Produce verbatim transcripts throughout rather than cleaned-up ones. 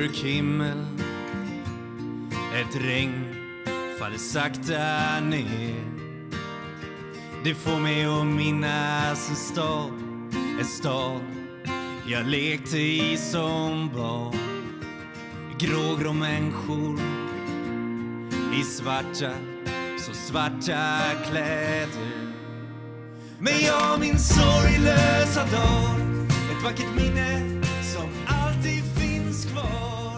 mörk himmel. Ett regn faller sakta ner. Det får mig att minnas en stad, en stad jag lekte i som barn. Grågrå människor i svarta, så svarta kläder. Men jag minns sorglösa dag, ett vackert minne som alltid finns kvar.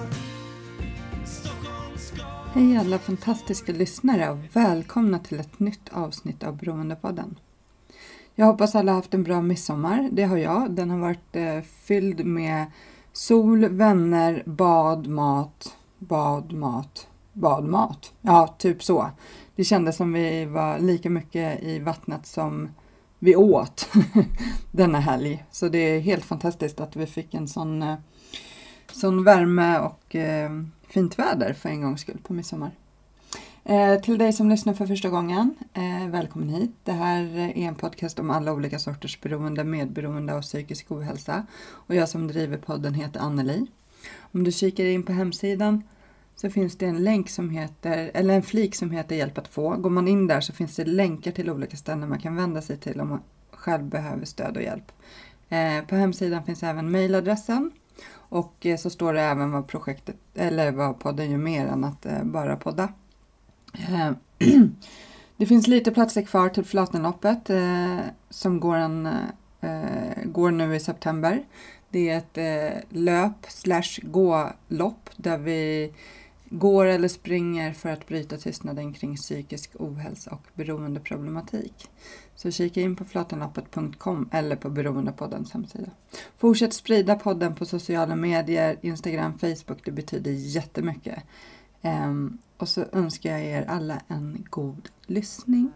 Stockholms stad. Hej alla fantastiska lyssnare och välkomna till ett nytt avsnitt av Beroendepodden. Jag hoppas alla har haft en bra midsommar, det har jag. Den har varit eh, fylld med sol, vänner, bad, mat, bad, mat, bad, mat. Ja, typ så. Det kändes som vi var lika mycket i vattnet som vi åt denna helg. Så det är helt fantastiskt att vi fick en sån, eh, sån värme och eh, fint väder för en gångs skull på midsommar. Eh, till dig som lyssnar för första gången, eh, välkommen hit. Det här är en podcast om alla olika sorters beroende, medberoende och psykisk ohälsa. Och jag som driver podden heter Anneli. Om du kikar in på hemsidan så finns det en länk som heter, eller en flik som heter Hjälp att få. Går man in där så finns det länkar till olika ställen man kan vända sig till om man själv behöver stöd och hjälp. Eh, på hemsidan finns även mejladressen. Och eh, så står det även vad projektet, eller vad podden gör mer än att eh, bara podda. Eh, det finns lite platser kvar till Flatenloppet eh, som går, en, eh, går nu i september. Det är ett eh, löp slash gå-lopp där vi går eller springer för att bryta tystnaden kring psykisk ohälsa och beroendeproblematik. Så kika in på flatenloppet punkt com eller på Beroendepoddens hemsida. Fortsätt sprida podden på sociala medier, Instagram, Facebook, det betyder jättemycket. Um, och så önskar jag er alla en god lyssning.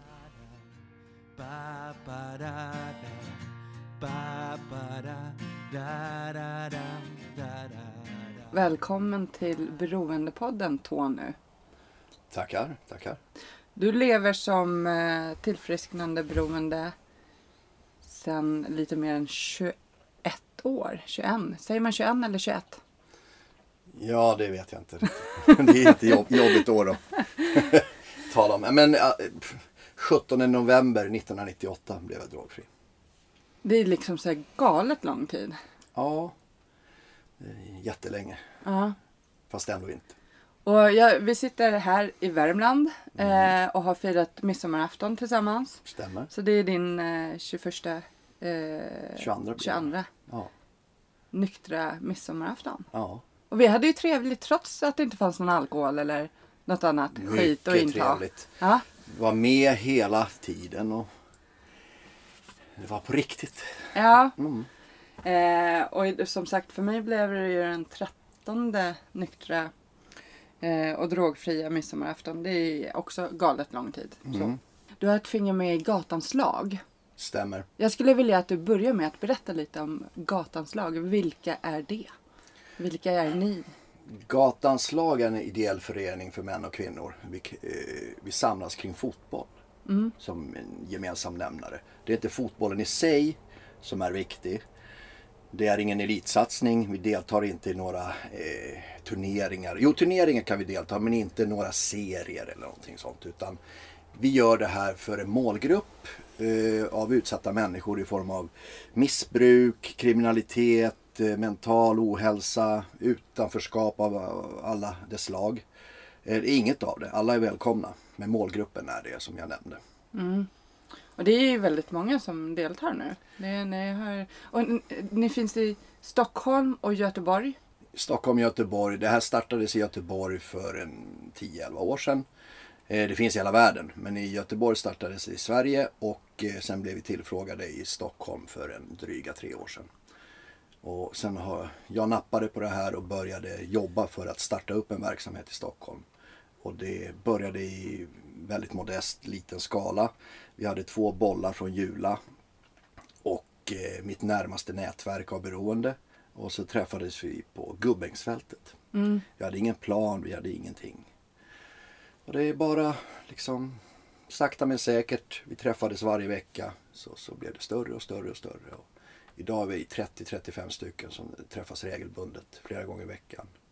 Välkommen till Beroendepodden, Tony. Tackar, tackar. Du lever som eh, tillfrisknande beroende sedan lite mer än tjugoett år. tjugoett. Säger man tjugoett eller tjugoett? Ja, det vet jag inte. Det är ett jobb, jobbigt år att tala om. Men äh, sjuttonde november nittonhundranittioåtta blev jag drogfri. Det är liksom så här galet lång tid. Ja, det är jättelänge. Ja. Fast ändå inte. Och jag, vi sitter här i Värmland mm. eh, och har firat midsommarafton tillsammans. Stämmer. Så det är din eh, tjugoförsta, eh, tjugoandra. tjugoandra Ja. nyktra midsommarafton. Ja. Och vi hade ju trevligt trots att det inte fanns någon alkohol eller något annat Mycket skit att inta. Mycket trevligt. Ja. Var med hela tiden och det var på riktigt. Ja. Mm. Eh, och som sagt för mig blev det ju den trettonde nyktra eh, och drogfria midsommarafton. Det är också galet lång tid. Mm. Så. Du har ett finger med i Gatans lag. Stämmer. Jag skulle vilja att du börjar med att berätta lite om Gatans lag. Vilka är det? Vilka är ni? Gatans lag är en ideell förening för män och kvinnor. Vi, eh, vi samlas kring fotboll Mm. som en gemensam nämnare. Det är inte fotbollen i sig som är viktig. Det är ingen elitsatsning. Vi deltar inte i några eh, turneringar. Jo, turneringar kan vi delta, men inte några serier eller någonting sånt. Utan vi gör det här för en målgrupp eh, av utsatta människor i form av missbruk, kriminalitet, mental ohälsa, utanförskap av alla dess slag. Inget av det. Alla är välkomna. Men målgruppen är det som jag nämnde. Mm. Och det är ju väldigt många som deltar nu. Det, ni har, och ni finns i Stockholm och Göteborg. Stockholm och Göteborg. Det här startades i Göteborg för en tio elva år sedan. Det finns i hela världen. Men i Göteborg startades i Sverige. Och sen blev vi tillfrågade i Stockholm för en dryga tre år sedan. Och sen har jag nappade på det här och började jobba för att starta upp en verksamhet i Stockholm. Och det började i väldigt modest liten skala. Vi hade två bollar från Jula och eh, mitt närmaste nätverk av beroende. Och så träffades vi på Gubbängsfältet. Mm. Vi hade ingen plan, vi hade ingenting. Och det är bara liksom sakta men säkert. Vi träffades varje vecka så, så blev det större och större och större. Och idag är vi trettio till trettiofem stycken som träffas regelbundet flera gånger i veckan.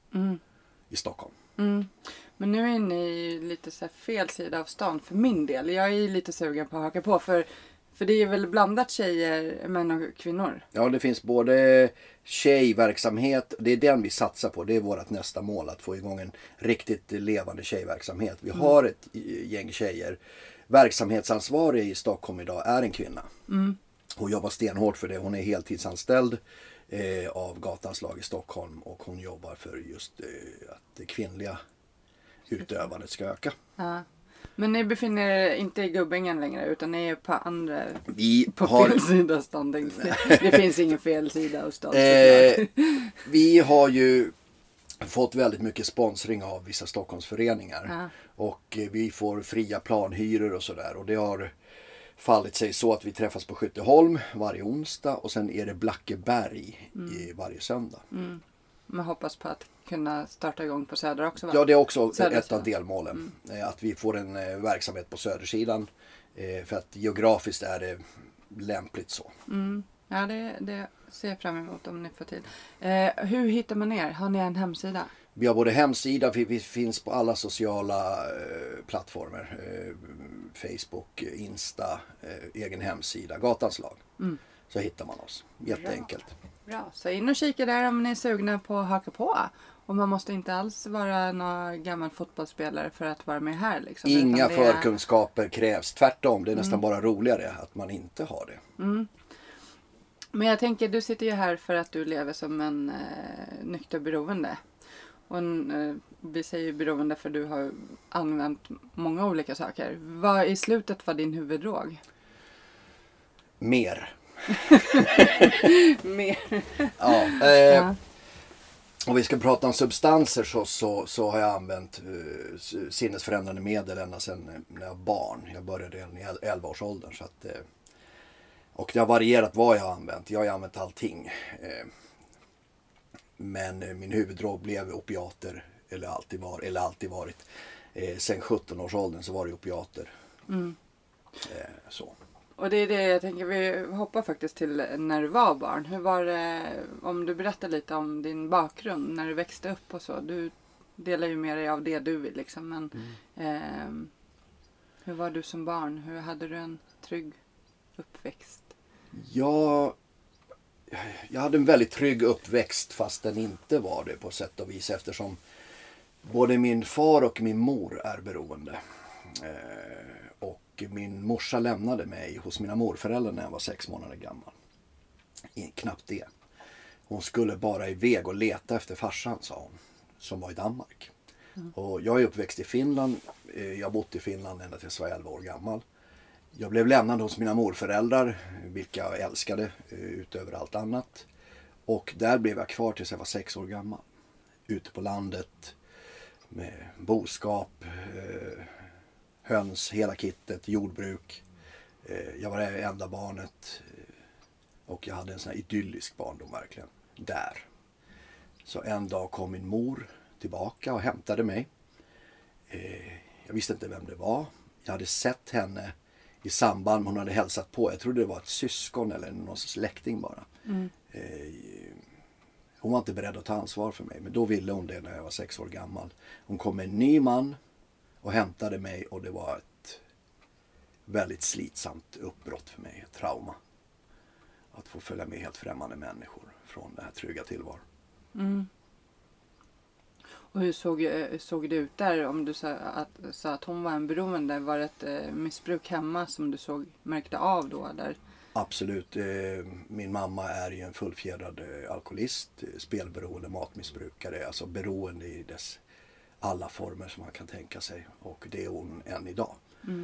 mm. i Stockholm. Mm. Men nu är ni lite så här fel sida av stan för min del. Jag är lite sugen på att haka på. För, för det är väl blandat tjejer, män och kvinnor? Ja, det finns både tjejverksamhet. Det är den vi satsar på. Det är vårt nästa mål. Att få igång en riktigt levande tjejverksamhet. Vi mm. har ett gäng tjejer. Verksamhetsansvarig i Stockholm idag är en kvinna. Mm. Hon jobbar stenhårt för det. Hon är heltidsanställd eh, av Gatans lag i Stockholm. Och hon jobbar för just eh, att det kvinnliga utövandet ska öka. Ja. Men ni befinner er inte i Gubbängen längre utan ni är på andra... Vi på har... fel sida av stan. Det, det finns ingen fel sida av stan. Eh, vi har ju fått väldigt mycket sponsring av vissa Stockholmsföreningar. Ja. Och eh, vi får fria planhyror och sådär. Och det har fallit sig så att vi träffas på Skytteholm varje onsdag. Och sen är det Blackeberg mm. i varje söndag. Mm. Man hoppas på att kunna starta igång på Söder också, va? Ja, det är också Söder, ett av delmålen. Mm. Att vi får en eh, verksamhet på södersidan. Eh, för att geografiskt är det lämpligt så. Mm. Ja, det, det ser jag fram emot om ni får tid. Eh, hur hittar man er? Har ni en hemsida? Vi har både hemsida, vi, vi finns på alla sociala eh, plattformar. Eh, Facebook, Insta, eh, egen hemsida, Gatans lag. Mm. Så hittar man oss. Jätteenkelt. Bra. Bra, så in och kika där om ni är sugna på att haka på. Och man måste inte alls vara någon gammal fotbollsspelare för att vara med här. Liksom. Inga det förkunskaper krävs. Tvärtom, det är nästan mm. bara roligare att man inte har det. Mm. Men jag tänker, du sitter ju här för att du lever som en eh, nykter beroende. Och en, eh, vi säger ju beroende för du har använt många olika saker. Vad i slutet var din huvuddrog? Mer. Mer. Ja, eh, ja. Om vi ska prata om substanser så, så, så har jag använt uh, sinnesförändrande medel ända sedan när jag var barn. Jag började redan i elva-årsåldern. Så att, uh, och det har varierat vad jag har använt. Jag har använt allting. Uh, men uh, min huvuddrog blev opiater. Eller alltid, var, eller alltid varit. Uh, sen sjutton-årsåldern så var det opiater. Mm. Uh, så. Och det är det jag tänker, vi hoppar faktiskt till när du var barn. Hur var det, om du berättar lite om din bakgrund när du växte upp och så. Du delar ju med dig av det du vill liksom. Men mm. eh, hur var du som barn? Hur hade du en trygg uppväxt? Jag, jag hade en väldigt trygg uppväxt fast den inte var det på sätt och vis. Eftersom både min far och min mor är beroende. Eh, och min morsa lämnade mig hos mina morföräldrar när jag var sex månader gammal. Knappt det. Hon skulle bara iväg och leta efter farsan, sa hon. Som var i Danmark. Mm. Och jag är uppväxt i Finland. Jag har bott i Finland ända tills jag var elva år gammal. Jag blev lämnad hos mina morföräldrar, vilka jag älskade utöver allt annat. Och där blev jag kvar tills jag var sex år gammal. Ute på landet med boskap, höns, hela kittet, jordbruk. Jag var det enda barnet och jag hade en sån här idyllisk barndom verkligen. Där. Så en dag kom min mor tillbaka och hämtade mig. Jag visste inte vem det var. Jag hade sett henne i samband med hon hade hälsat på. Jag trodde det var ett syskon eller någon släkting bara. Mm. Hon var inte beredd att ta ansvar för mig. Men då ville hon det när jag var sex år gammal. Hon kom med en ny man och hämtade mig och det var ett väldigt slitsamt uppbrott för mig. Ett trauma. Att få följa med helt främmande människor från den här trygga tillvaron. Mm. Och hur såg, såg det ut där om du sa att, sa att hon var en beroende? Var det ett eh, missbruk hemma som du såg, märkte av då? Där? Absolut. Min mamma är ju en fullfjädrad alkoholist, spelberoende, matmissbrukare. Alltså beroende i dess alla former som man kan tänka sig. Och det är hon än idag. Mm.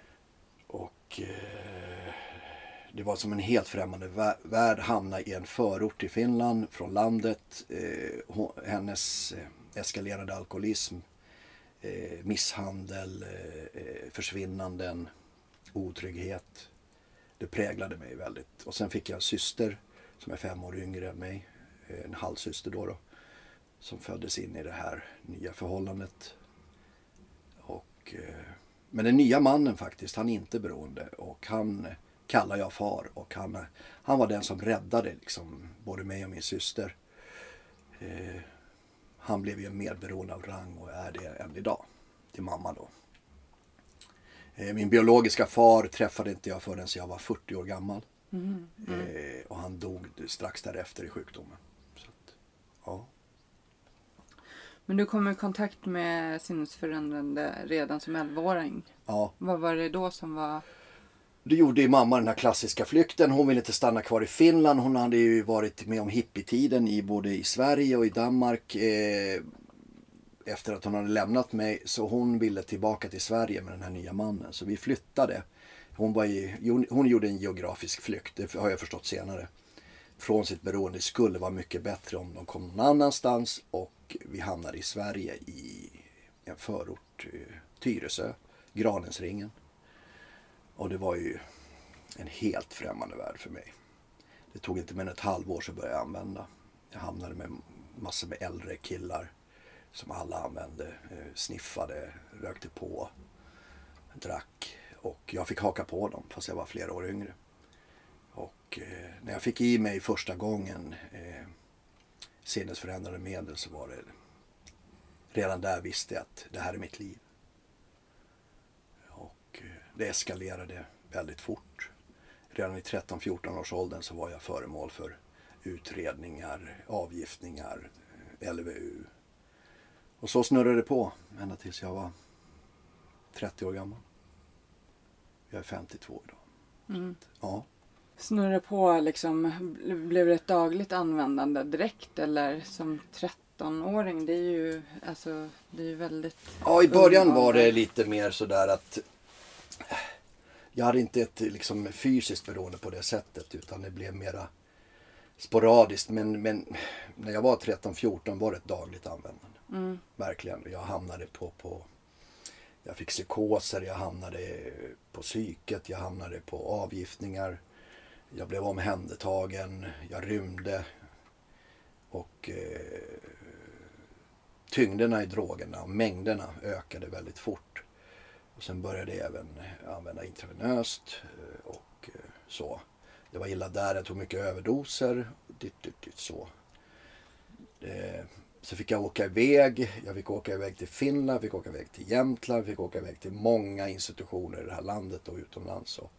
Och eh, det var som en helt främmande värld. Hamna i en förort i Finland från landet. Eh, hennes eh, eskalerade alkoholism, eh, misshandel, eh, försvinnanden, otrygghet. Det präglade mig väldigt. Och sen fick jag en syster som är fem år yngre än mig. En halvsyster då då. Som föddes in i det här nya förhållandet. Och, men den nya mannen faktiskt, han är inte beroende. Och han kallar jag far. Och han, han var den som räddade liksom, både mig och min syster. han blev ju mer beroende av rang och är det än idag. Till mamma då. Min biologiska far träffade inte jag förrän jag var fyrtio år gammal. Mm. Mm. Eh, och han dog strax därefter i sjukdomen. Så att, ja. Men du kom i kontakt med sinnesförändrande redan som elvaåring. Ja. Vad var det då som var... Det gjorde ju mamma den här klassiska flykten. Hon ville inte stanna kvar i Finland. Hon hade ju varit med om hippietiden i både i Sverige och i Danmark. Eh, efter att hon hade lämnat mig. Så hon ville tillbaka till Sverige med den här nya mannen. Så vi flyttade. Hon, var i, hon gjorde en geografisk flykt, det har jag förstått senare. Från sitt beroende. Det skulle vara mycket bättre om de kom någon annanstans. Och vi hamnade i Sverige i en förort, Tyresö, Granensringen. Och det var ju en helt främmande värld för mig. Det tog inte mer än ett halvår så började jag använda. Jag hamnade med massor med äldre killar som alla använde, sniffade, rökte på, drack. Och jag fick haka på dem fast jag var flera år yngre. Och eh, när jag fick i mig första gången eh, sinnesförändrande medel så var det redan där visste jag att det här är mitt liv. Och eh, det eskalerade väldigt fort. Redan i tretton fjorton års åldern så var jag föremål för utredningar, avgiftningar, L V U. Och så snurrade det på ända tills jag var trettio år gammal. Jag är femtiotvå idag. Mm. Ja. Snurra på liksom, blev det ett dagligt användande direkt eller som trettonåring? Det är ju, alltså, det är ju väldigt... Ja, i början var det lite mer sådär att jag hade inte ett liksom, fysiskt beroende på det sättet utan det blev mera sporadiskt. Men, men när jag var tretton fjorton var det ett dagligt användande. Mm. Verkligen. Jag hamnade på... på Jag fick psykoser, jag hamnade på psyket, jag hamnade på avgiftningar. Jag blev omhändertagen, jag rymde. Och eh, tyngderna i drogerna och mängderna ökade väldigt fort. Och sen började jag även använda intravenöst och eh, så. Det var illa där, jag tog mycket överdoser. Dyrt, dyrt, dyrt, så. Det, Så fick jag åka iväg, jag fick åka iväg till Finland, fick åka iväg till Jämtland, fick åka iväg till många institutioner i det här landet och utomlands. Och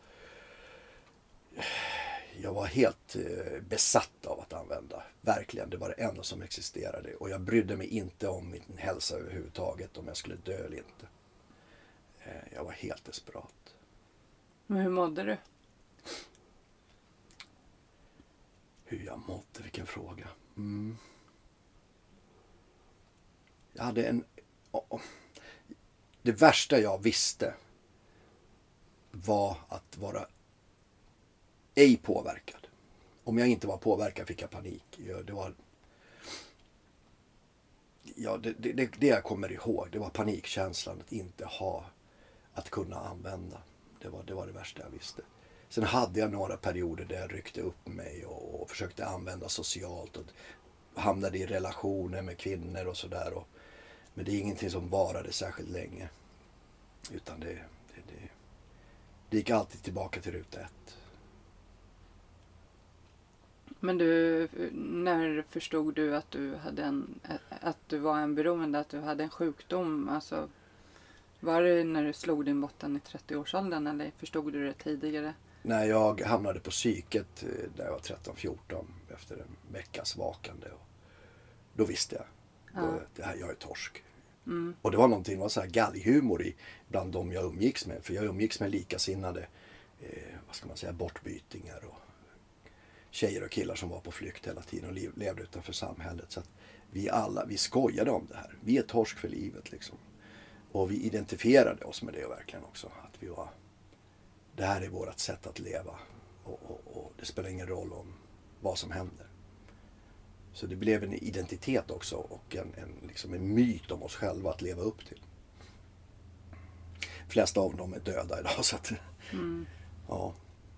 jag var helt besatt av att använda, verkligen, det var det enda som existerade. Och jag brydde mig inte om min hälsa överhuvudtaget, om jag skulle dö eller inte. Jag var helt desperat. Men hur mådde du? Hur jag mådde, vilken fråga. Mm. Jag hade en... Det värsta jag visste var att vara ej påverkad. Om jag inte var påverkad fick jag panik. Det var... Ja, det, det, det jag kommer ihåg, det var panikkänslan att inte ha, att kunna använda. Det var det, var det värsta jag visste. Sen hade jag några perioder där jag ryckte upp mig och, och försökte använda socialt och hamnade i relationer med kvinnor och sådär. Och, men det är ingenting som varade särskilt länge. Utan det, det, det, det gick alltid tillbaka till ruta ett. Men du, när förstod du att du hade en, att du var en beroende, att du hade en sjukdom? Alltså, var det när du slog din botten i trettio-årsåldern eller förstod du det tidigare? När jag hamnade på psyket när jag var tretton fjorton efter en veckas vakande. Och då visste jag. Ja. Då, det här, jag är torsk. Mm. Och det var någonting, det var så här galghumor i bland de jag umgicks med. För jag umgicks med likasinnade, eh, vad ska man säga, bortbytingar och tjejer och killar som var på flykt hela tiden och levde utanför samhället. Så att vi alla, vi skojade om det här. Vi är torsk för livet liksom. Och vi identifierade oss med det verkligen också. Att vi var, det här är vårt sätt att leva. Och, och, och det spelar ingen roll om vad som händer. Så det blev en identitet också och en, en, liksom en myt om oss själva att leva upp till. De flesta av dem är döda idag så att, mm. ja.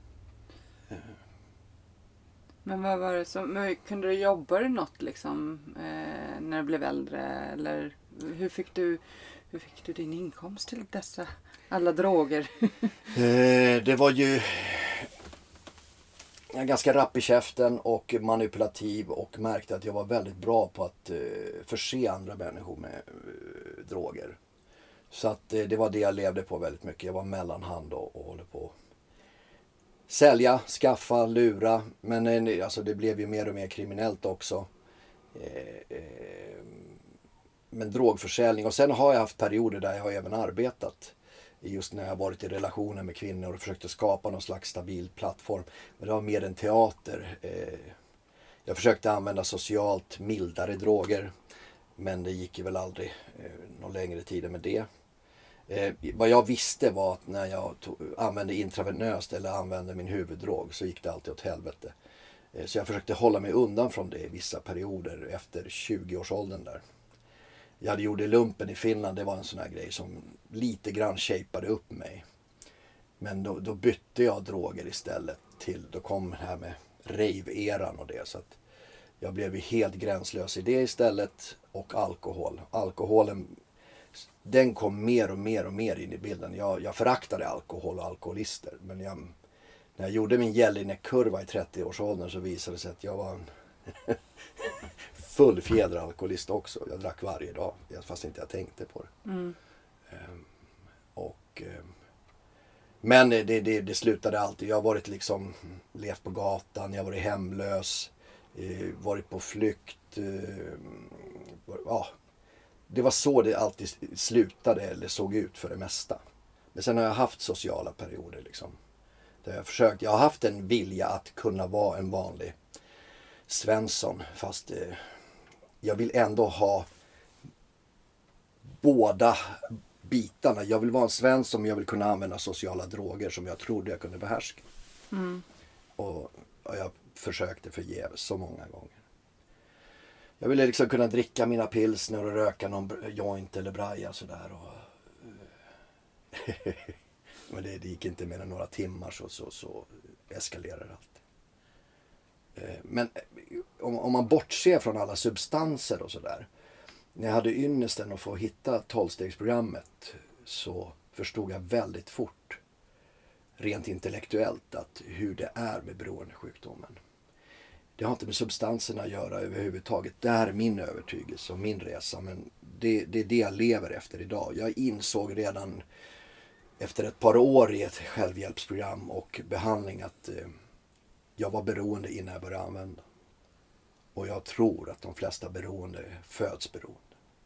Men vad var det som, kunde du jobba något liksom eh, när du blev äldre eller hur fick du, hur fick du din inkomst till dessa alla droger? eh, det var ju jag är ganska rapp i käften och manipulativ och märkte att jag var väldigt bra på att eh, förse andra människor med eh, droger. Så att eh, det var det jag levde på väldigt mycket. Jag var mellanhand och, och håller på sälja, skaffa, lura. Men eh, alltså, det blev ju mer och mer kriminellt också. Eh, eh, men drogförsäljning. Och sen har jag haft perioder där jag har även arbetat. Just när jag har varit i relationer med kvinnor och försökte skapa någon slags stabil plattform. Men det var mer en teater. Eh, jag försökte använda socialt mildare droger. Men det gick ju väl aldrig eh, någon längre tid med det. Eh, vad jag visste var att när jag tog, använde intravenöst eller använde min huvuddrog så gick det alltid åt helvete. Eh, så jag försökte hålla mig undan från det i vissa perioder efter tjugo-årsåldern där. Jag hade gjort lumpen i Finland, det var en sån här grej som lite grann shapeade upp mig. Men då, då bytte jag droger istället till, då kom det här med rave-eran och det. Så att jag blev ju helt gränslös i det istället. Och alkohol. Alkoholen, den kom mer och mer och mer in i bilden. Jag, jag föraktade alkohol och alkoholister. Men jag, när jag gjorde min Jelinek-kurva i trettio-årsåldern så visade det sig att jag var en fullfjädrad alkoholist också. Jag drack varje dag, fast inte jag tänkte på det. Mm. Um, och, um, men det, det, det slutade alltid. Jag har varit liksom, levt på gatan, jag har varit hemlös, uh, varit på flykt. Uh, ja, det var så det alltid slutade eller såg ut för det mesta. Men sen har jag haft sociala perioder liksom. Där jag, försökt, jag har haft en vilja att kunna vara en vanlig Svensson, fast eh, jag vill ändå ha båda bitarna. Jag vill vara en Svensson, men jag vill kunna använda sociala droger som jag trodde jag kunde behärska. Mm. Och, och jag försökte förgäves så många gånger. Jag ville liksom kunna dricka mina pilsner och röka någon joint eller braja sådär. Och, men det, det gick inte mer än några timmar så, så, så eskalerade allt. Men om, om man bortser från alla substanser och sådär. När jag hade ynnesten att få hitta tolvstegsprogrammet så förstod jag väldigt fort, rent intellektuellt, att hur det är med beroendesjukdomen. Det har inte med substanserna att göra överhuvudtaget. Det här är min övertygelse och min resa, men det, det är det jag lever efter idag. Jag insåg redan efter ett par år i ett självhjälpsprogram och behandling att eh, jag var beroende innan jag började använda. Och jag tror att de flesta beroende föds beroende.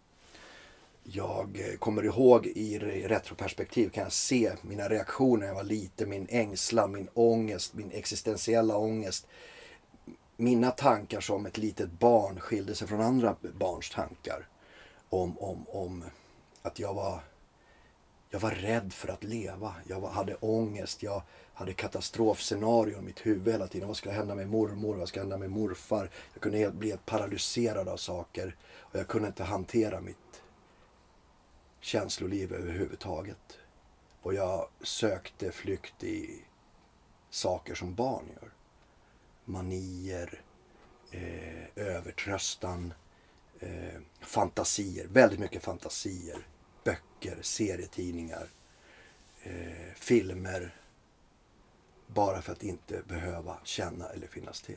Jag kommer ihåg i retroperspektiv kan jag se mina reaktioner när jag var liten, min ängslan, min ångest, min existentiella ångest. Mina tankar som ett litet barn skilde sig från andra barns tankar. Om, om, om att jag var, jag var rädd för att leva. Jag var, hade ångest, jag hade katastrofscenarion i mitt huvud hela tiden. Vad skulle hända med mormor? Vad skulle hända med morfar? Jag kunde bli helt paralyserad av saker. Och jag kunde inte hantera mitt känsloliv överhuvudtaget. Och jag sökte flykt i saker som barn gör. Manier, eh, övertröstan, eh, fantasier. Väldigt mycket fantasier. Böcker, serietidningar, eh, filmer. Bara för att inte behöva känna eller finnas till.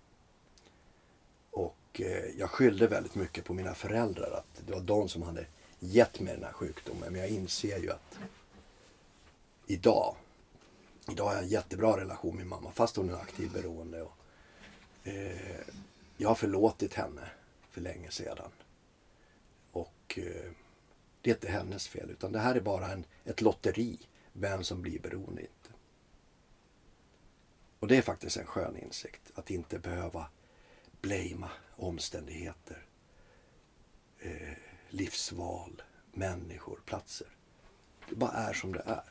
Och eh, jag skyllde väldigt mycket på mina föräldrar. Att det var de som hade gett mig den här sjukdomen. Men jag inser ju att idag, idag har jag en jättebra relation med min mamma. Fast hon är aktiv beroende. Och, eh, jag har förlåtit henne för länge sedan. Och eh, det är inte hennes fel. Utan det här är bara en, ett lotteri. Vem som blir beroende inte. Och det är faktiskt en skön insikt. Att inte behöva blamea omständigheter. Eh, livsval, människor, platser. Det bara är som det är.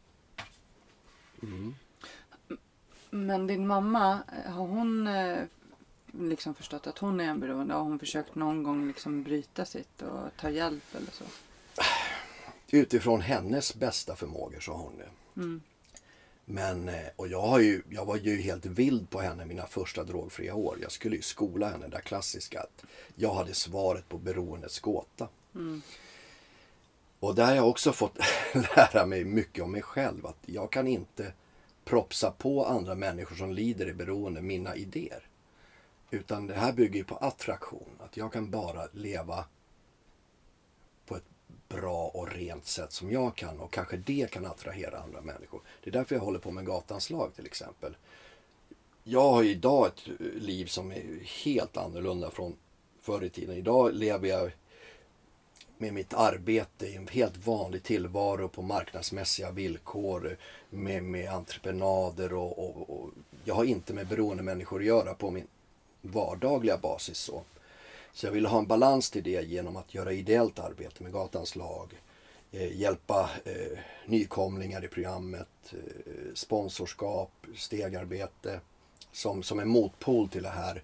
Mm. Men din mamma, har hon eh, liksom förstått att hon är en beroende? Har hon försökt någon gång liksom bryta sitt och ta hjälp eller så? Utifrån hennes bästa förmågor så har hon det. Mm. Men, och jag, har ju, jag var ju helt vild på henne mina första drogfria år. Jag skulle ju skola henne där klassiska att jag hade svaret på beroendets gåta. Mm. Och där har jag också fått lära mig mycket om mig själv. Att jag kan inte propsa på andra människor som lider i beroende mina idéer. Utan det här bygger ju på attraktion. Att jag kan bara leva på ett bra och rent sätt som jag kan. Och kanske det kan attrahera andra människor. Det är därför jag håller på med Gatans lag till exempel. Jag har idag ett liv som är helt annorlunda från förr i tiden. Idag lever jag med mitt arbete i en helt vanlig tillvaro på marknadsmässiga villkor. Med, med entreprenader och, och, och jag har inte med beroende människor att göra på min vardagliga basis. Så, så jag vill ha en balans till det genom att göra ideellt arbete med Gatans lag. Eh, hjälpa eh, nykomlingar i programmet. Eh, sponsorskap, stegarbete. Som, som en motpol till det här.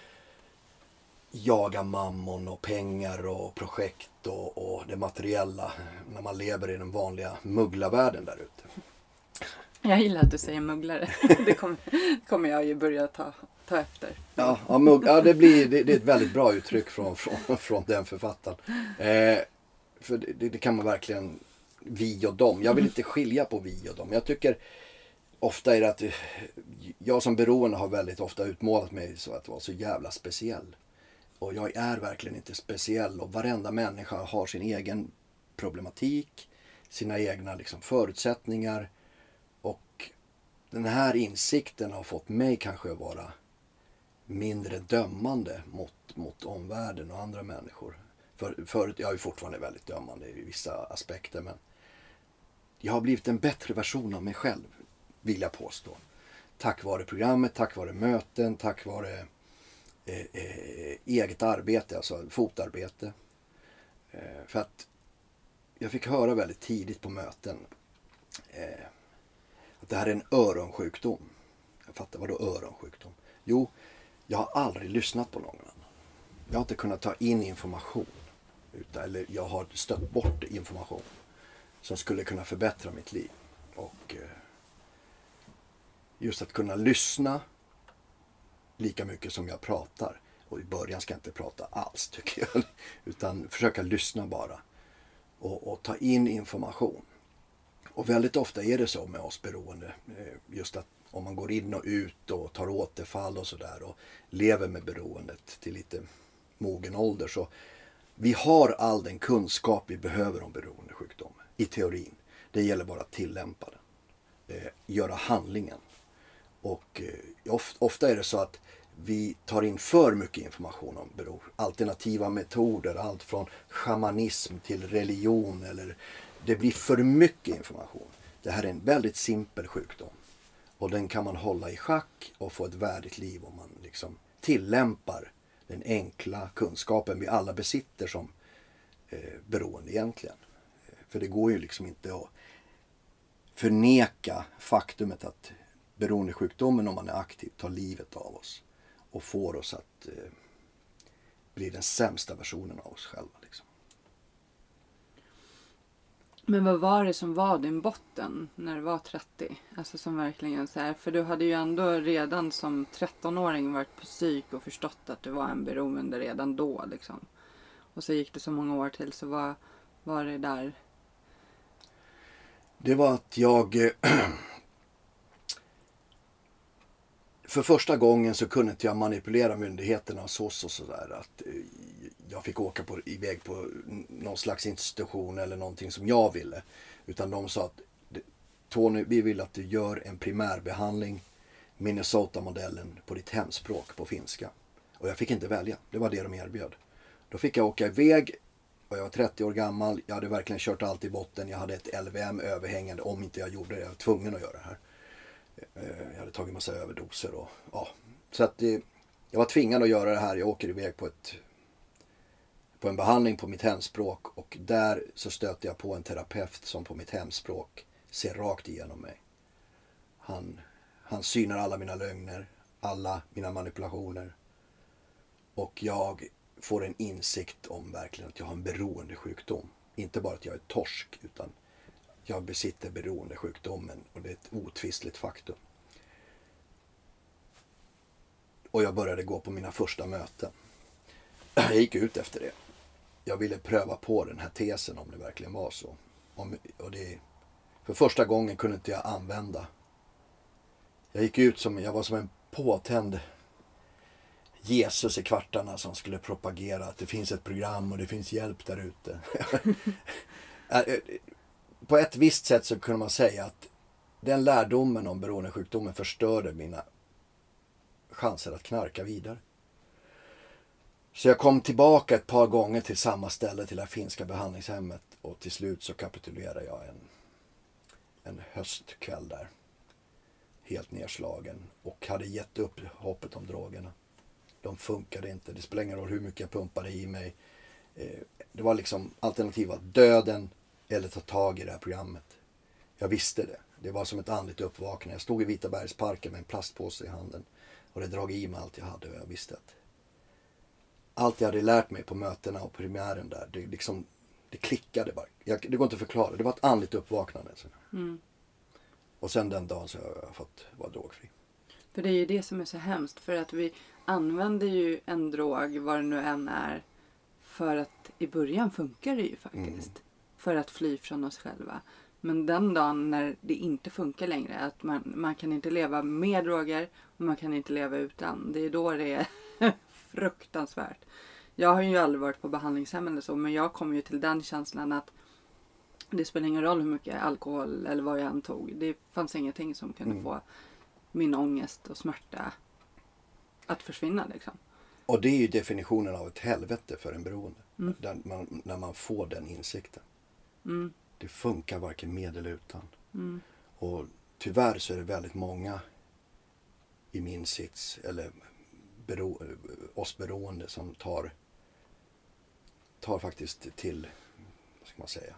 Jaga mammon och pengar och projekt och, och det materiella. När man lever i den vanliga mugglarvärlden där ute. Jag gillar att du säger mugglare. Det kommer, kommer jag ju börja ta, ta efter. Ja, ja, mugg, ja det, blir, det, det är ett väldigt bra uttryck från, från, från den författaren. Eh, för det, det kan man verkligen vi och dem. Jag vill inte skilja på vi och dem. Jag tycker ofta är det att jag som beroende har väldigt ofta utmålat mig så att vara så jävla speciell. Och jag är verkligen inte speciell. Och varenda människa har sin egen problematik. Sina egna liksom, förutsättningar. Och den här insikten har fått mig kanske att vara mindre dömande mot, mot omvärlden och andra människor. För, förut, jag är fortfarande väldigt dömande i vissa aspekter. Men jag har blivit en bättre version av mig själv, vill jag påstå. Tack vare programmet, tack vare möten, tack vare eh, eh, eget arbete, alltså fotarbete. Eh, för att jag fick höra väldigt tidigt på möten eh, att det här är en öronsjukdom. Jag fattar, vad då öronsjukdom? Jo, jag har aldrig lyssnat på någon annan. Jag har inte kunnat ta in information. Utan, eller jag har stött bort information som skulle kunna förbättra mitt liv. Och eh, just att kunna lyssna lika mycket som jag pratar. Och i början ska jag inte prata alls tycker jag. Utan försöka lyssna bara. Och, och ta in information. Och väldigt ofta är det så med oss beroende. Just att om man går in och ut och tar återfall och sådär. Och lever med beroendet till lite mogen ålder. Så vi har all den kunskap vi behöver om beroendesjukdom. I teorin. Det gäller bara att tillämpa den. Eh, göra handlingen. Och eh, ofta är det så att vi tar in för mycket information om beror. Alternativa metoder, allt från shamanism till religion. Eller det blir för mycket information. Det här är en väldigt simpel sjukdom. Och den kan man hålla i schack och få ett värdigt liv om man liksom tillämpar den enkla kunskapen vi alla besitter som eh, beroende egentligen. För det går ju liksom inte att förneka faktumet att beroendesjukdomen om man är aktiv tar livet av oss. Och får oss att eh, bli den sämsta versionen av oss själva. Liksom. Men vad var det som var din botten när du var trettio? Alltså som verkligen så här. För du hade ju ändå redan som trettonåring varit på psyk och förstått att du var en beroende redan då. Liksom. Och så gick det så många år till, så vad var det där? Det var att jag... För första gången så kunde inte jag manipulera myndigheterna och så och sådär. Att jag fick åka på, iväg på någon slags institution eller någonting som jag ville. Utan de sa att Tony, vi vill att du gör en primärbehandling, Minnesota-modellen, på ditt hemspråk på finska. Och jag fick inte välja, det var det de erbjöd. Då fick jag åka iväg och jag var trettio år gammal. Jag hade verkligen kört allt i botten. Jag hade ett L V M överhängande om inte jag gjorde det. Jag var tvungen att göra det här. Jag hade tagit massa överdoser och ja. Så att det, jag var tvingad att göra det här. Jag åker iväg på ett på en behandling på mitt hemspråk och där så stöter jag på en terapeut som på mitt hemspråk ser rakt igenom mig. Han, han synar alla mina lögner, alla mina manipulationer och jag får en insikt om verkligen att jag har en beroendesjukdom. Inte bara att jag är torsk utan jag besitter beroendesjukdomen och det är ett otvistligt faktum. Och jag började gå på mina första möten. Jag gick ut efter det. Jag ville pröva på den här tesen om det verkligen var så. Om, och det, för första gången kunde inte jag använda Jag gick ut som, jag var som en påtänd Jesus i kvartarna som skulle propagera att det finns ett program och det finns hjälp där ute. På ett visst sätt så kunde man säga att den lärdomen om beroendesjukdomen förstörde mina chanser att knarka vidare. Så jag kom tillbaka ett par gånger till samma ställe, till det finska behandlingshemmet, och till slut så kapitulerade jag en, en höstkväll där. Helt nedslagen och hade gett upp hoppet om drogerna. De funkade inte, det spelar ingen roll hur mycket jag pumpade i mig. Det var liksom alternativet döden eller ta tag i det här programmet. Jag visste det. Det var som ett andligt uppvaknande. Jag stod i Vitabergsparken med en plastpåse i handen. Och det drog i mig allt jag hade, och jag visste att allt jag hade lärt mig på mötena och premiären där, det, liksom, det klickade bara. Jag, det går inte att förklara. Det var ett andligt uppvaknande. Mm. Och sen den dagen så har jag fått vara drogfri. För det är ju det som är så hemskt. För att vi använder ju en drog, vad det nu än är, för att i början funkar det ju faktiskt. Mm. För att fly från oss själva. Men den dagen när det inte funkar längre, att man, man kan inte leva med droger och man kan inte leva utan. Det är då det är fruktansvärt. Jag har ju aldrig varit på behandlingshem eller så, men jag kom ju till den känslan att det spelar ingen roll hur mycket alkohol eller vad jag än tog. Det fanns ingenting som kunde mm. få min ångest och smärta att försvinna liksom. Och det är ju definitionen av ett helvete för en beroende. Mm. Där man, när man får den insikten. Mm. Det funkar varken med eller utan. Mm. Och tyvärr så är det väldigt många i min sits, eller bero, oss beroende, som tar, tar faktiskt till, vad ska man säga,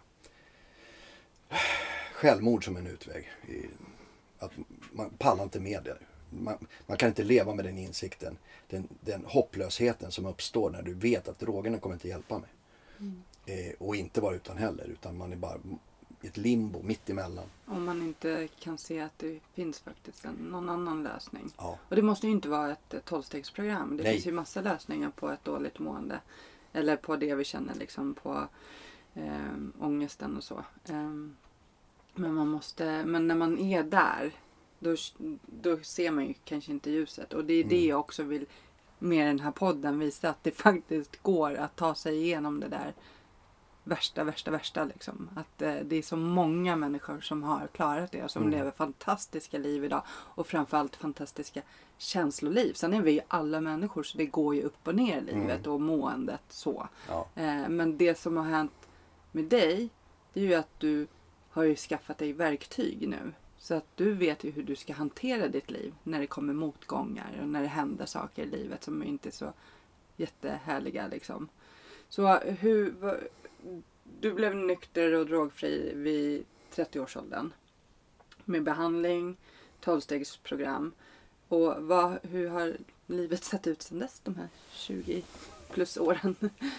självmord som en utväg. Att man pallar inte med det. Man, man kan inte leva med den insikten. Den, den hopplösheten som uppstår när du vet att drogerna kommer inte hjälpa mig. Mm. Eh, och inte vara utan heller, utan man är bara i ett limbo mitt emellan. Om man inte kan se att det finns faktiskt en, någon annan lösning. Ja. Och det måste ju inte vara ett tolvstegsprogram. Det Nej. finns ju massa lösningar på ett dåligt mående. Eller på det vi känner liksom på eh, ångesten och så. Eh, men man måste, men när man är där, då, då ser man ju kanske inte ljuset. Och det är mm. det jag också vill med den här podden visa, att det faktiskt går att ta sig igenom det där värsta, värsta, värsta liksom. Att eh, det är så många människor som har klarat det och som mm. lever fantastiska liv idag. Och framförallt fantastiska känsloliv. Sen är vi ju alla människor, så det går ju upp och ner i livet mm. och måendet så. Ja. Eh, men det som har hänt med dig, det är ju att du har ju skaffat dig verktyg nu. Så att du vet ju hur du ska hantera ditt liv när det kommer motgångar och när det händer saker i livet som inte är så jättehärliga liksom. Så hur, du blev nykter och drogfri vid trettio-årsåldern med behandling, tolvstegsprogram. Och vad, hur har livet sett ut sedan dess, de här tjugo plus åren?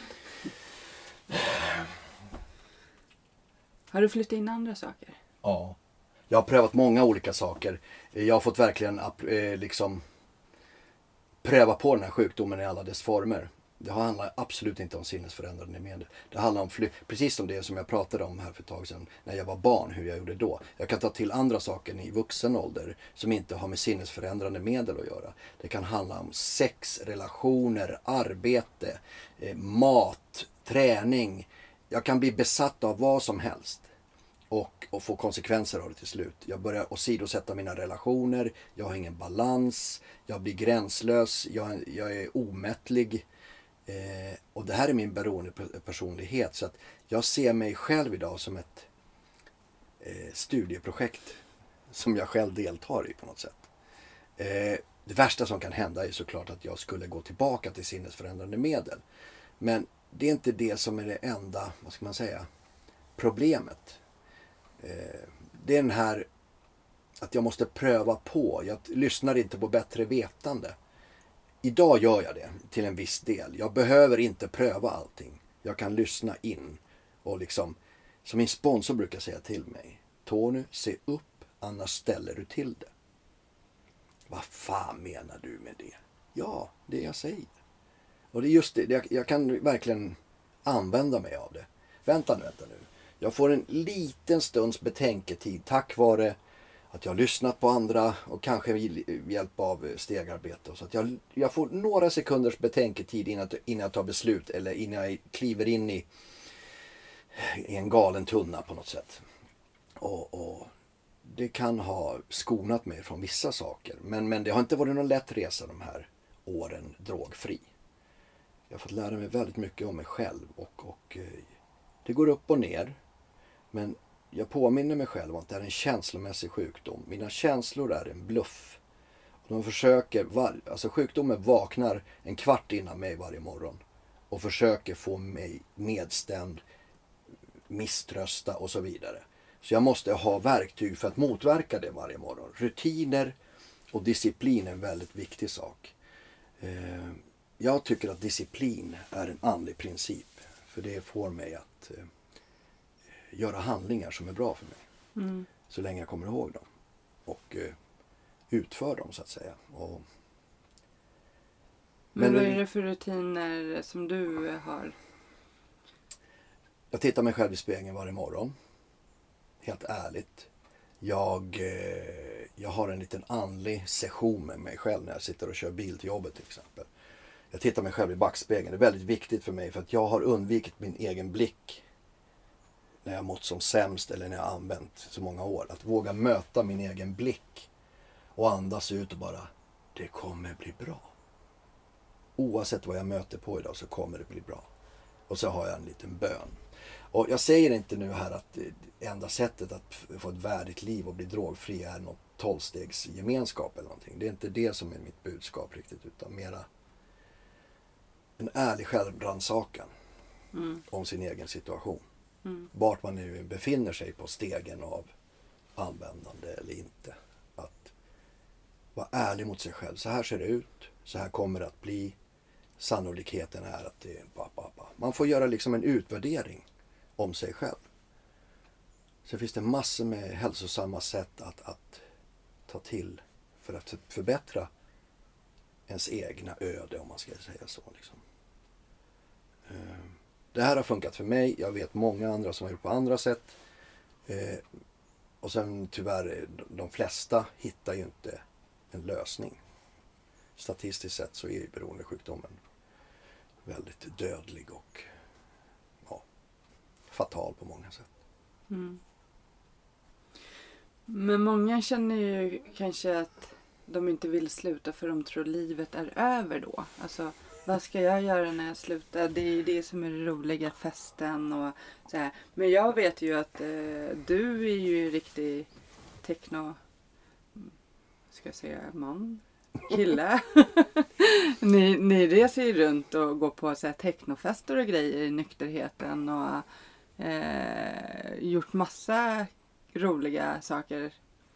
Har du flyttat in andra saker? Ja. Jag har prövat många olika saker. Jag har fått verkligen eh, liksom pröva på den här sjukdomen i alla dess former. Det handlar absolut inte om sinnesförändrande medel. Det handlar om fly- precis som det som jag pratade om här för ett tag sedan när jag var barn, hur jag gjorde då. Jag kan ta till andra saker i vuxen ålder som inte har med sinnesförändrande medel att göra. Det kan handla om sex, relationer, arbete, eh, mat, träning. Jag kan bli besatt av vad som helst. Och, och få konsekvenser av det till slut. Jag börjar åsidosätta mina relationer. Jag har ingen balans. Jag blir gränslös. Jag, jag är omättlig. Eh, och det här är min beroende personlighet. Så att jag ser mig själv idag som ett eh, studieprojekt. Som jag själv deltar i på något sätt. Eh, det värsta som kan hända är såklart att jag skulle gå tillbaka till sinnesförändrande medel. Men det är inte det som är det enda, vad ska man säga, problemet. Det är den här att jag måste pröva på. Jag lyssnar inte på bättre vetande. Idag gör jag det till en viss del. Jag behöver inte pröva allting. Jag kan lyssna in. Och liksom, som min sponsor brukar säga till mig. Tony, se upp, annars ställer du till det. Vad fan menar du med det? Ja, det jag säger. Och det är just det. Jag, jag kan verkligen använda mig av det. Vänta nu, vänta nu. Jag får en liten stunds betänketid tack vare att jag har lyssnat på andra och kanske med hjälp av stegarbete. Så att jag, jag får några sekunders betänketid innan, innan jag tar beslut eller innan jag kliver in i, i en galen tunna på något sätt. Och, och det kan ha skonat mig från vissa saker. Men, men det har inte varit någon lätt resa de här åren drogfri. Jag har fått lära mig väldigt mycket om mig själv. Och, och det går upp och ner. Men jag påminner mig själv om att det är en känslomässig sjukdom. Mina känslor är en bluff. De försöker, var, alltså sjukdomen vaknar en kvart innan mig varje morgon. Och försöker få mig nedstämd, misströsta och så vidare. Så jag måste ha verktyg för att motverka det varje morgon. Rutiner och disciplin är en väldigt viktig sak. Jag tycker att disciplin är en andlig princip. För det får mig att göra handlingar som är bra för mig. Mm. Så länge jag kommer ihåg dem. Och utför dem så att säga. Och... Men, Men vad är det för rutiner som du har? Jag tittar mig själv i spegeln varje morgon. Helt ärligt. Jag, eh, jag har en liten andlig session med mig själv när jag sitter och kör bil till jobbet till exempel. Jag tittar mig själv i backspegeln. Det är väldigt viktigt för mig för att jag har undvikit min egen blick när jag mått som sämst eller när jag använt så många år. Att våga möta min egen blick och andas ut och bara, det kommer bli bra. Oavsett vad jag möter på idag så kommer det bli bra. Och så har jag en liten bön. Och jag säger inte nu här att det enda sättet att få ett värdigt liv och bli drogfri är något tolvstegsgemenskap eller någonting. Det är inte det som är mitt budskap riktigt, utan mera en ärlig självrannsakan mm. om sin egen situation. Mm. Vart man nu befinner sig på stegen av användande eller inte. Att vara ärlig mot sig själv. Så här ser det ut. Så här kommer det att bli. Sannolikheten är att det är ba, ba, ba. Man får göra liksom en utvärdering om sig själv. Så finns det massor med hälsosamma sätt att, att ta till för att förbättra ens egna öde, om man ska säga så. Liksom. Det här har funkat för mig. Jag vet många andra som har gjort på andra sätt. Och sen tyvärr, de flesta hittar ju inte en lösning. Statistiskt sett så är ju beroendesjukdomen väldigt dödlig och ja, fatal på många sätt. Mm. Men många känner ju kanske att de inte vill sluta för de tror livet är över då. Alltså, vad ska jag göra när jag slutar? Det är ju det som är det roliga, festen och så här. Men jag vet ju att eh, du är ju riktig techno, ska jag säga man? Kille. ni, ni reser ju runt och går på så här technofester och grejer i nykterheten och eh, gjort massa roliga saker.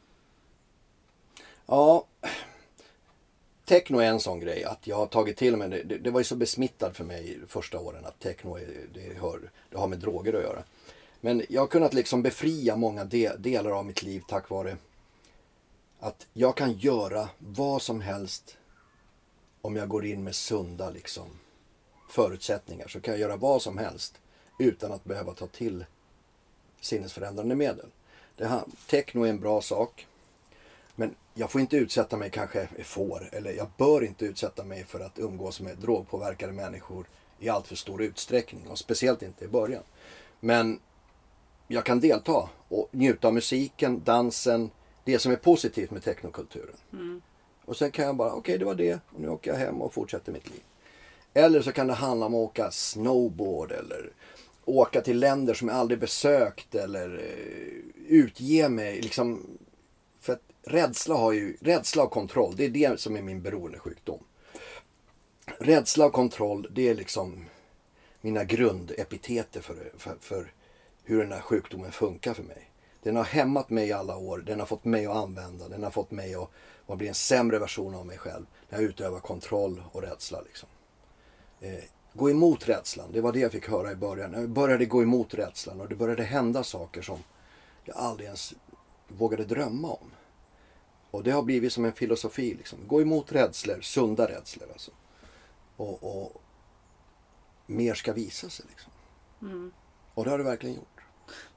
Ja, techno är en sån grej att jag har tagit till mig, det, det, det var ju så besmittad för mig första åren att techno är, det, hör, det har med droger att göra. Men jag har kunnat liksom befria många de, delar av mitt liv tack vare att jag kan göra vad som helst om jag går in med sunda liksom, förutsättningar. Så kan jag göra vad som helst utan att behöva ta till sinnesförändrande medel. Det här, techno är en bra sak. Men jag får inte utsätta mig, kanske får, eller jag bör inte utsätta mig för att umgås med drogpåverkade människor i allt för stor utsträckning. Och speciellt inte i början. Men jag kan delta och njuta av musiken, dansen, det som är positivt med technokulturen. Mm. Och sen kan jag bara, okej okay, det var det, och nu åker jag hem och fortsätter mitt liv. Eller så kan det handla om att åka snowboard eller åka till länder som jag aldrig besökt eller uh, utge mig. Liksom, för att rädsla, har ju, rädsla och kontroll, det är det som är min beroendesjukdom. Rädsla och kontroll, det är liksom mina grundepiteter för, för, för hur den här sjukdomen funkar för mig. Den har hämmat mig i alla år. Den har fått mig att använda. Den har fått mig att, att bli en sämre version av mig själv. När jag utövar kontroll och rädsla. Liksom. Eh, gå emot rädslan. Det var det jag fick höra i början. Jag började gå emot rädslan. Och det började hända saker som jag aldrig ens vågade drömma om. Och det har blivit som en filosofi. Liksom. Gå emot rädslor. Sunda rädslor. Alltså. Och, och mer ska visa sig. Liksom. Mm. Och det har det verkligen gjort.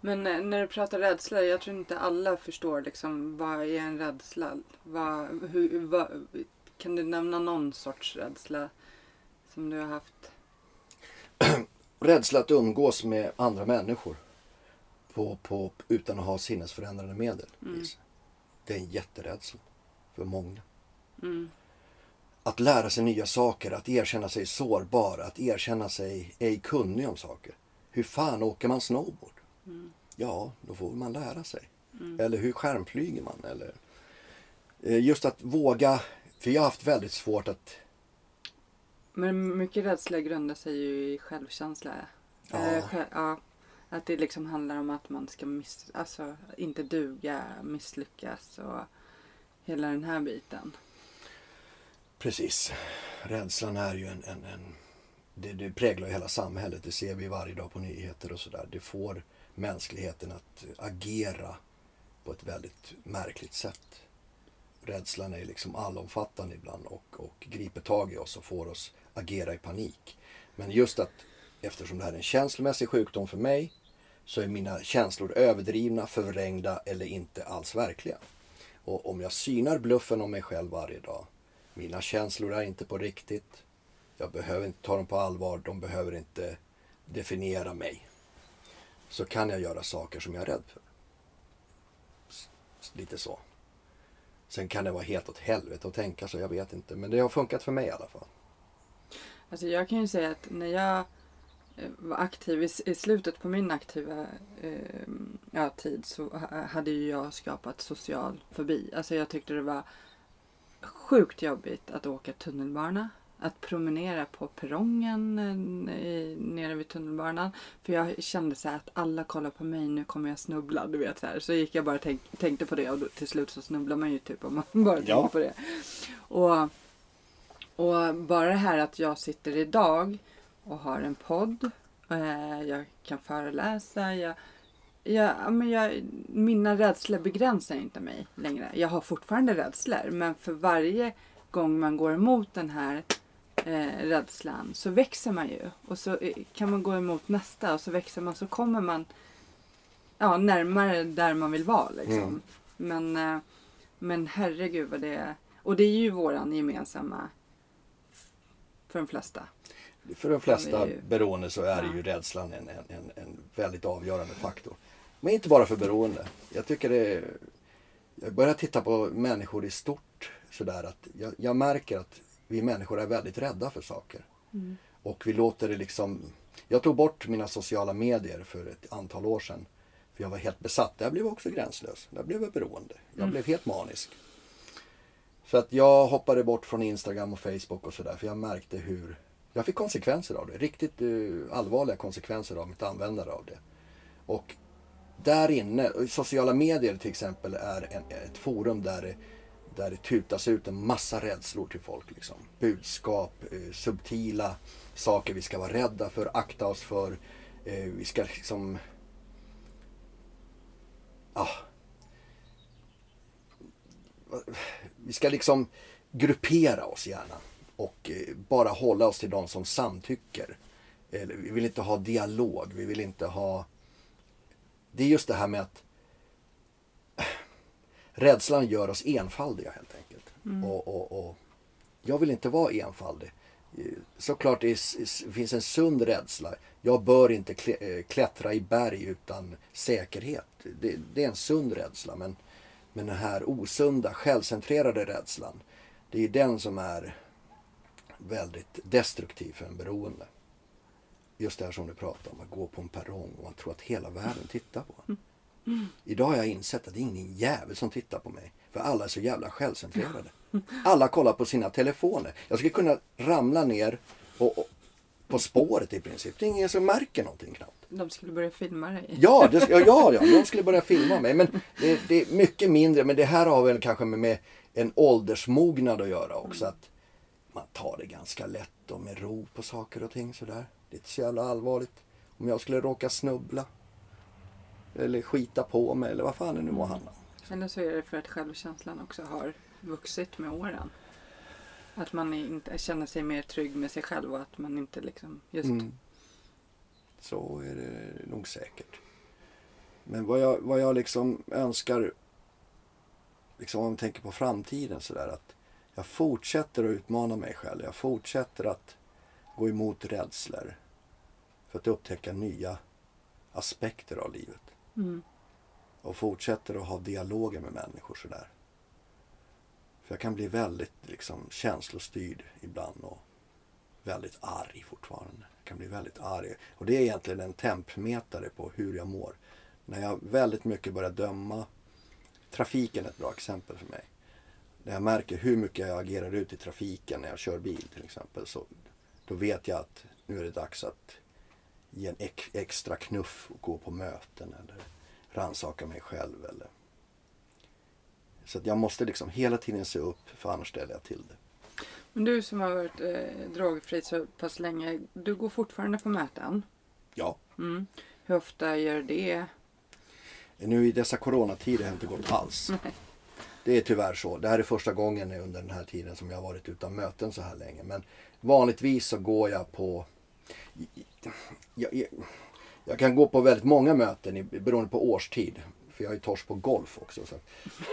Men när du pratar rädsla, jag tror inte alla förstår liksom, vad är en rädsla? Vad, hur, vad, kan du nämna någon sorts rädsla som du har haft? Rädsla att umgås med andra människor på, på, utan att ha sinnesförändrande medel. Mm. Det är en jätterädsla för många. Mm. Att lära sig nya saker, att erkänna sig sårbar, att erkänna sig ej kunnig om saker. Hur fan åker man snowboard? Mm. Ja, då får man lära sig. Mm. Eller hur skärmflyger man? Eller, just att våga, för jag har haft väldigt svårt att... Men mycket rädsla grundar sig ju i självkänsla. Ja. Äh, själv, ja. Att det liksom handlar om att man ska miss, alltså, inte duga, misslyckas och hela den här biten. Precis. Rädslan är ju en... en, en det, det präglar ju hela samhället. Det ser vi varje dag på nyheter och sådär. Det får mänskligheten att agera på ett väldigt märkligt sätt. Rädslan är liksom allomfattande ibland och, och griper tag i oss och får oss agera i panik. Men just att eftersom det här är en känslomässig sjukdom för mig så är mina känslor överdrivna, förvrängda eller inte alls verkliga. Och om jag synar bluffen om mig själv varje dag, mina känslor är inte på riktigt, jag behöver inte ta dem på allvar, de behöver inte definiera mig, så kan jag göra saker som jag är rädd för. Lite så. Sen kan det vara helt åt helvete att tänka så, jag vet inte. Men det har funkat för mig i alla fall. Alltså jag kan ju säga att när jag var aktiv i, i slutet på min aktiva eh, ja, tid så hade ju jag skapat social fobi. Alltså jag tyckte det var sjukt jobbigt att åka tunnelbana. Att promenera på perrongen i, nere vid tunnelbanan. För jag kände så här att alla kollar på mig, nu kommer jag snubbla. Du vet så här. Så gick jag bara och tänk, tänkte på det och då, till slut så snubblar man ju typ om man bara tänker ja. på det. Och, och bara det här att jag sitter idag och har en podd. Eh, jag kan föreläsa. Jag, jag, men jag, mina rädslor begränsar inte mig längre. Jag har fortfarande rädslor. Men för varje gång man går emot den här Eh, rädslan så växer man ju och så kan man gå emot nästa och så växer man, så kommer man ja, närmare där man vill vara liksom. Mm. men eh, men herregud vad det är, och det är ju våran gemensamma för de flesta för de flesta ju, beroende så är ja. det ju rädslan en, en, en, en väldigt avgörande faktor, men inte bara för beroende. Jag tycker det är, jag börjar titta på människor i stort sådär att jag, jag märker att vi människor är väldigt rädda för saker. Mm. Och vi låter det liksom... Jag tog bort mina sociala medier för ett antal år sedan. För jag var helt besatt. Jag blev också gränslös. Jag blev beroende. Jag mm. blev helt manisk. Så att jag hoppade bort från Instagram och Facebook och sådär. För jag märkte hur... Jag fick konsekvenser av det. Riktigt uh, allvarliga konsekvenser av mitt användare av det. Och där inne... Sociala medier till exempel är en, ett forum där det... Där det tutas ut en massa rädslor till folk. Liksom. Budskap, eh, subtila saker vi ska vara rädda för, akta oss för. Eh, vi ska liksom... Ah, vi ska liksom gruppera oss gärna. Och eh, bara hålla oss till de som samtycker. Eh, vi vill inte ha dialog. Vi vill inte ha... Det är just det här med att... Rädslan gör oss enfaldiga helt enkelt. Mm. Och, och, och jag vill inte vara enfaldig. Såklart det är, finns en sund rädsla. Jag bör inte klättra i berg utan säkerhet. Det, det är en sund rädsla. Men, men den här osunda, självcentrerade rädslan, det är den som är väldigt destruktiv för en beroende. Just det här som du pratar om, att gå på en perrong och man tror att hela världen tittar på en. Mm. Idag har jag insett att det är ingen jävel som tittar på mig. För alla är så jävla självcentrerade. Alla kollar på sina telefoner. Jag skulle kunna ramla ner och, och, på spåret i princip. Det är ingen som märker någonting knappt. De skulle börja filma dig. Ja, det, ja, ja, de skulle börja filma mig. Men det, det är mycket mindre. Men det här har väl kanske med, med en åldersmognad att göra också. Mm. Att man tar det ganska lätt och med ro på saker och ting sådär. Det är inte så jävla allvarligt. Om jag skulle råka snubbla. Eller skita på mig, eller vad fan det nu må handla. Eller så är det för att självkänslan också har vuxit med åren. Att man inte känner sig mer trygg med sig själv och att man inte liksom just... Mm. Så är det nog säkert. Men vad jag, vad jag liksom önskar, liksom om man tänker på framtiden sådär, att jag fortsätter att utmana mig själv. Jag fortsätter att gå emot rädslor för att upptäcka nya aspekter av livet. Mm. Och fortsätter att ha dialoger med människor sådär. För jag kan bli väldigt liksom känslostyrd ibland och väldigt arg fortfarande. Jag kan bli väldigt arg. Och det är egentligen en tempmätare på hur jag mår. När jag väldigt mycket börjar döma. Trafiken är ett bra exempel för mig. När jag märker hur mycket jag agerar ut i trafiken när jag kör bil till exempel. Så då vet jag att nu är det dags att ge en ex- extra knuff och gå på möten. Eller rannsaka mig själv. Eller. Så att jag måste liksom hela tiden se upp, för annars ställer jag till det. Men du som har varit eh, drogfri så pass länge, du går fortfarande på möten? Ja. Mm. Hur ofta gör det? Nu i dessa coronatider har jag inte gått alls. Nej. Det är tyvärr så. Det här är första gången under den här tiden som jag har varit utan möten så här länge. Men vanligtvis så går jag på... Jag, jag, jag kan gå på väldigt många möten beroende på årstid. För jag är ju torsk på golf också. Så.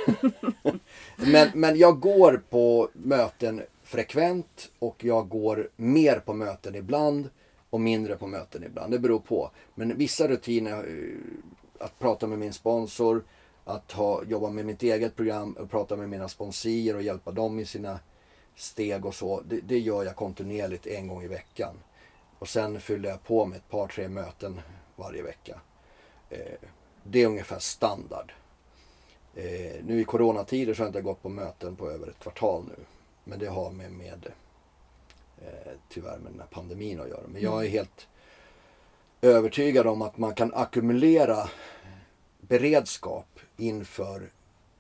men, men jag går på möten frekvent och jag går mer på möten ibland och mindre på möten ibland. Det beror på. Men vissa rutiner, att prata med min sponsor, att ha, jobba med mitt eget program och prata med mina sponsorer och hjälpa dem i sina steg och så. Det, det gör jag kontinuerligt en gång i veckan. Och sen fyller jag på med ett par, tre möten varje vecka. Eh, det är ungefär standard. Eh, nu i coronatider så har jag inte gått på möten på över ett kvartal nu. Men det har med, med eh, tyvärr med den här pandemin att göra. Men jag är helt övertygad om att man kan ackumulera beredskap inför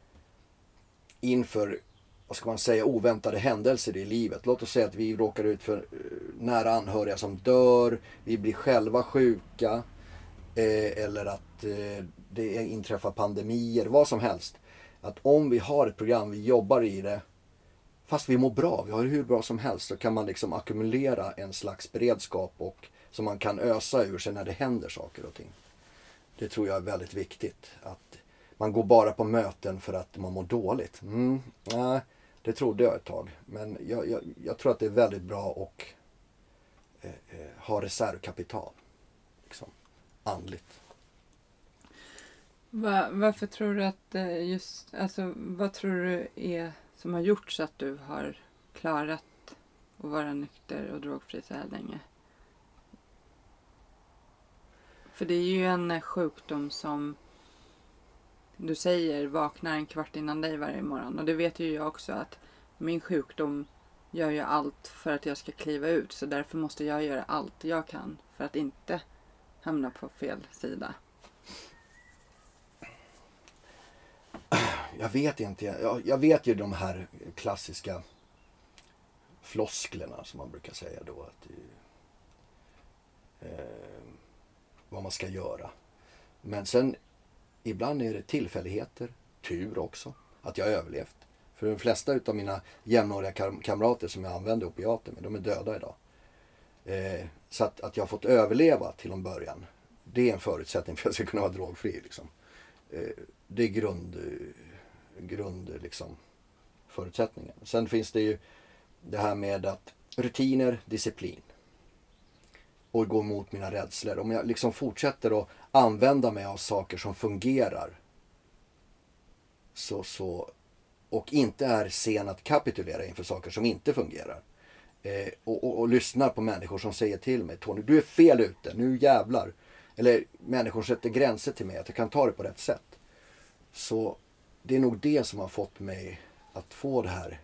inför vad ska man säga, oväntade händelser i livet. Låt oss säga att vi råkar ut för nära anhöriga som dör, vi blir själva sjuka eh, eller att eh, det inträffar pandemier, vad som helst. Att om vi har ett program, vi jobbar i det, fast vi mår bra, vi har det hur bra som helst, så kan man liksom ackumulera en slags beredskap och som man kan ösa ur sig när det händer saker och ting. Det tror jag är väldigt viktigt. Att man går bara på möten för att man mår dåligt. Mm, nej, det trodde jag ett tag. Men jag, jag, jag tror att det är väldigt bra att eh, ha reservkapital. Liksom, andligt. Va, varför tror du att just, alltså vad tror du är som har gjort så att du har klarat att vara nykter och drogfri så här länge? För det är ju en sjukdom som du säger vaknar en kvart innan dig varje morgon. Och det vet ju jag också, att min sjukdom gör ju allt för att jag ska kliva ut. Så därför måste jag göra allt jag kan för att inte hamna på fel sida. Jag vet inte. Jag, jag vet ju de här klassiska flosklerna som man brukar säga då. Att eh, vad man ska göra. Men sen ibland är det tillfälligheter, tur också, att jag har överlevt. För de flesta utav mina jämnåriga kam- kamrater som jag använde opiater med, de är döda idag. Eh, så att, att jag har fått överleva till en början, det är en förutsättning för att jag ska kunna vara drogfri. Liksom. Eh, det är grund, grund liksom, förutsättningen. Sen finns det ju det här med att rutiner, disciplin. Och gå emot mina rädslor. Om jag liksom fortsätter att använda mig av saker som fungerar. Så, så, och inte är sen att kapitulera inför saker som inte fungerar. Eh, och, och, och lyssnar på människor som säger till mig: Tony, du är fel ute, nu jävlar. Eller människor sätter gränser till mig, att jag kan ta det på rätt sätt. Så det är nog det som har fått mig att få det här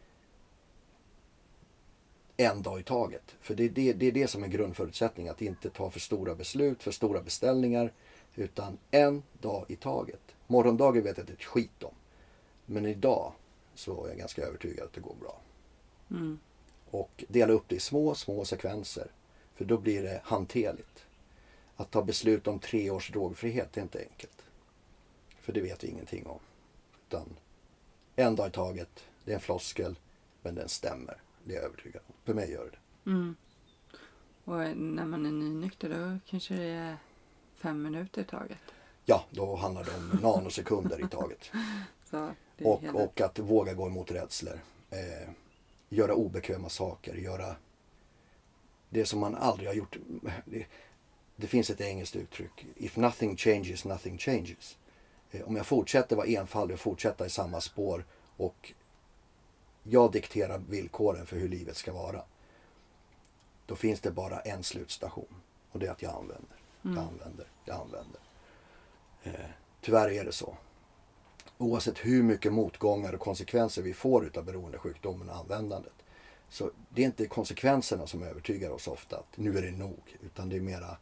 en dag i taget. För det är det, det är det som är grundförutsättningen. Att inte ta för stora beslut, för stora beställningar. Utan en dag i taget. Morgondagen vet jag inte ett skit om. Men idag så är jag ganska övertygad att det går bra. Mm. Och dela upp det i små, små sekvenser. För då blir det hanterligt. Att ta beslut om tre års drogfrihet är inte enkelt. För det vet vi ingenting om. Utan en dag i taget, det är en floskel, men den stämmer. Det är jag övertygad om. För mig gör det. Mm. Och när man är nynykter då kanske det är fem minuter i taget. ja, då handlar det om nanosekunder i taget. Så, och, och att våga gå emot rädslor. Eh, göra obekväma saker. Göra det som man aldrig har gjort. Det, det finns ett engelskt uttryck. If nothing changes, nothing changes. Eh, om jag fortsätter vara enfaldig och fortsätta i samma spår och jag dikterar villkoren för hur livet ska vara. Då finns det bara en slutstation. Och det är att jag använder. Mm. Jag använder. Jag använder. Eh, tyvärr är det så. Oavsett hur mycket motgångar och konsekvenser vi får utav beroendesjukdomen och användandet. Så det är inte konsekvenserna som övertygar oss ofta att nu är det nog. Utan det är mera,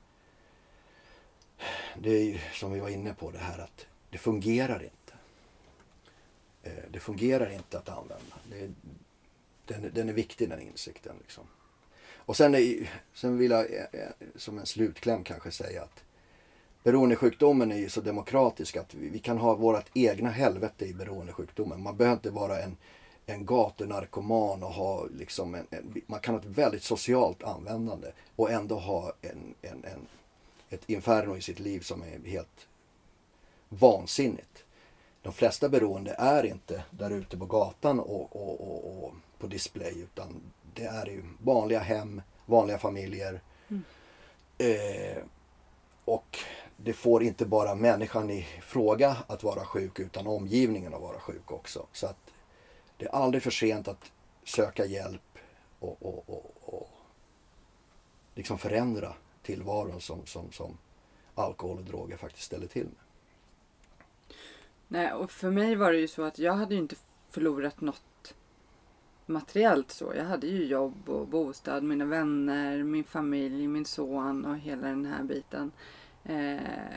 det är ju som vi var inne på det här att det fungerar inte. Eh, det fungerar inte att använda. Det är, den, den är viktig den insikten liksom. Och sen, är, sen vill jag eh, som en slutkläm kanske säga att beroendesjukdomen är ju så demokratisk att vi, vi kan ha vårt egna helvete i beroendesjukdomen. Man behöver inte vara en, en gatunarkoman och ha liksom en, en, man kan ha ett väldigt socialt användande och ändå ha en, en, en, ett inferno i sitt liv som är helt vansinnigt. De flesta beroende är inte där ute på gatan och, och, och, och på display utan det är ju vanliga hem, vanliga familjer. Mm. Eh, och det får inte bara människan i fråga att vara sjuk utan omgivningen att vara sjuk också. Så att det är aldrig för sent att söka hjälp och, och, och, och liksom förändra tillvaron som, som, som alkohol och droger faktiskt ställer till med. Nej, och för mig var det ju så att jag hade ju inte förlorat något materiellt så. Jag hade ju jobb och bostad, mina vänner, min familj, min son och hela den här biten. Eh,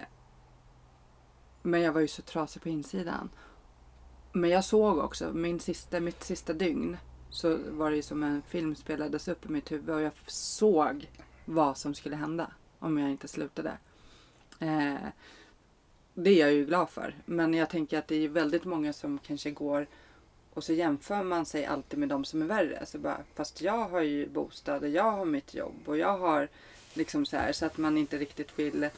men jag var ju så trasig på insidan. Men jag såg också, min sista, mitt sista dygn så var det ju som en film spelades upp i mitt huvud och jag såg vad som skulle hända om jag inte slutade. Eh, det är jag ju glad för. Men jag tänker att det är väldigt många som kanske går och så jämför man sig alltid med de som är värre. Så bara, fast jag har ju bostad och jag har mitt jobb och jag har liksom så här så att man inte riktigt vill,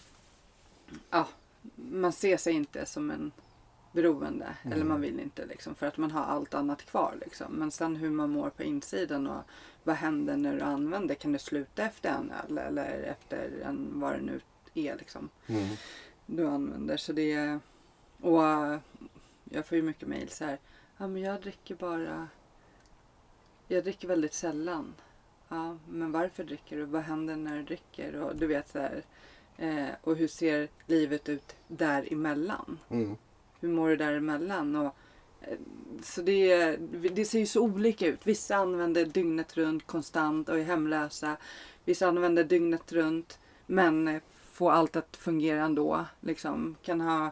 ja, man ser sig inte som en beroende mm. eller man vill inte liksom för att man har allt annat kvar liksom. Men sen hur man mår på insidan och vad händer när du använder, kan du sluta efter en öl eller efter en vad det nu är liksom mm. du använder. Så det är, och jag får ju mycket mejl så här, ja men jag dricker bara, jag dricker väldigt sällan. Ja, men varför dricker du? Vad händer när du dricker? Och du vet så här, eh, och hur ser livet ut däremellan? Mm. Hur mår du däremellan? Och, eh, så det, det ser ju så olika ut. Vissa använder dygnet runt konstant och är hemlösa. Vissa använder dygnet runt men får allt att fungera ändå. Liksom, kan ha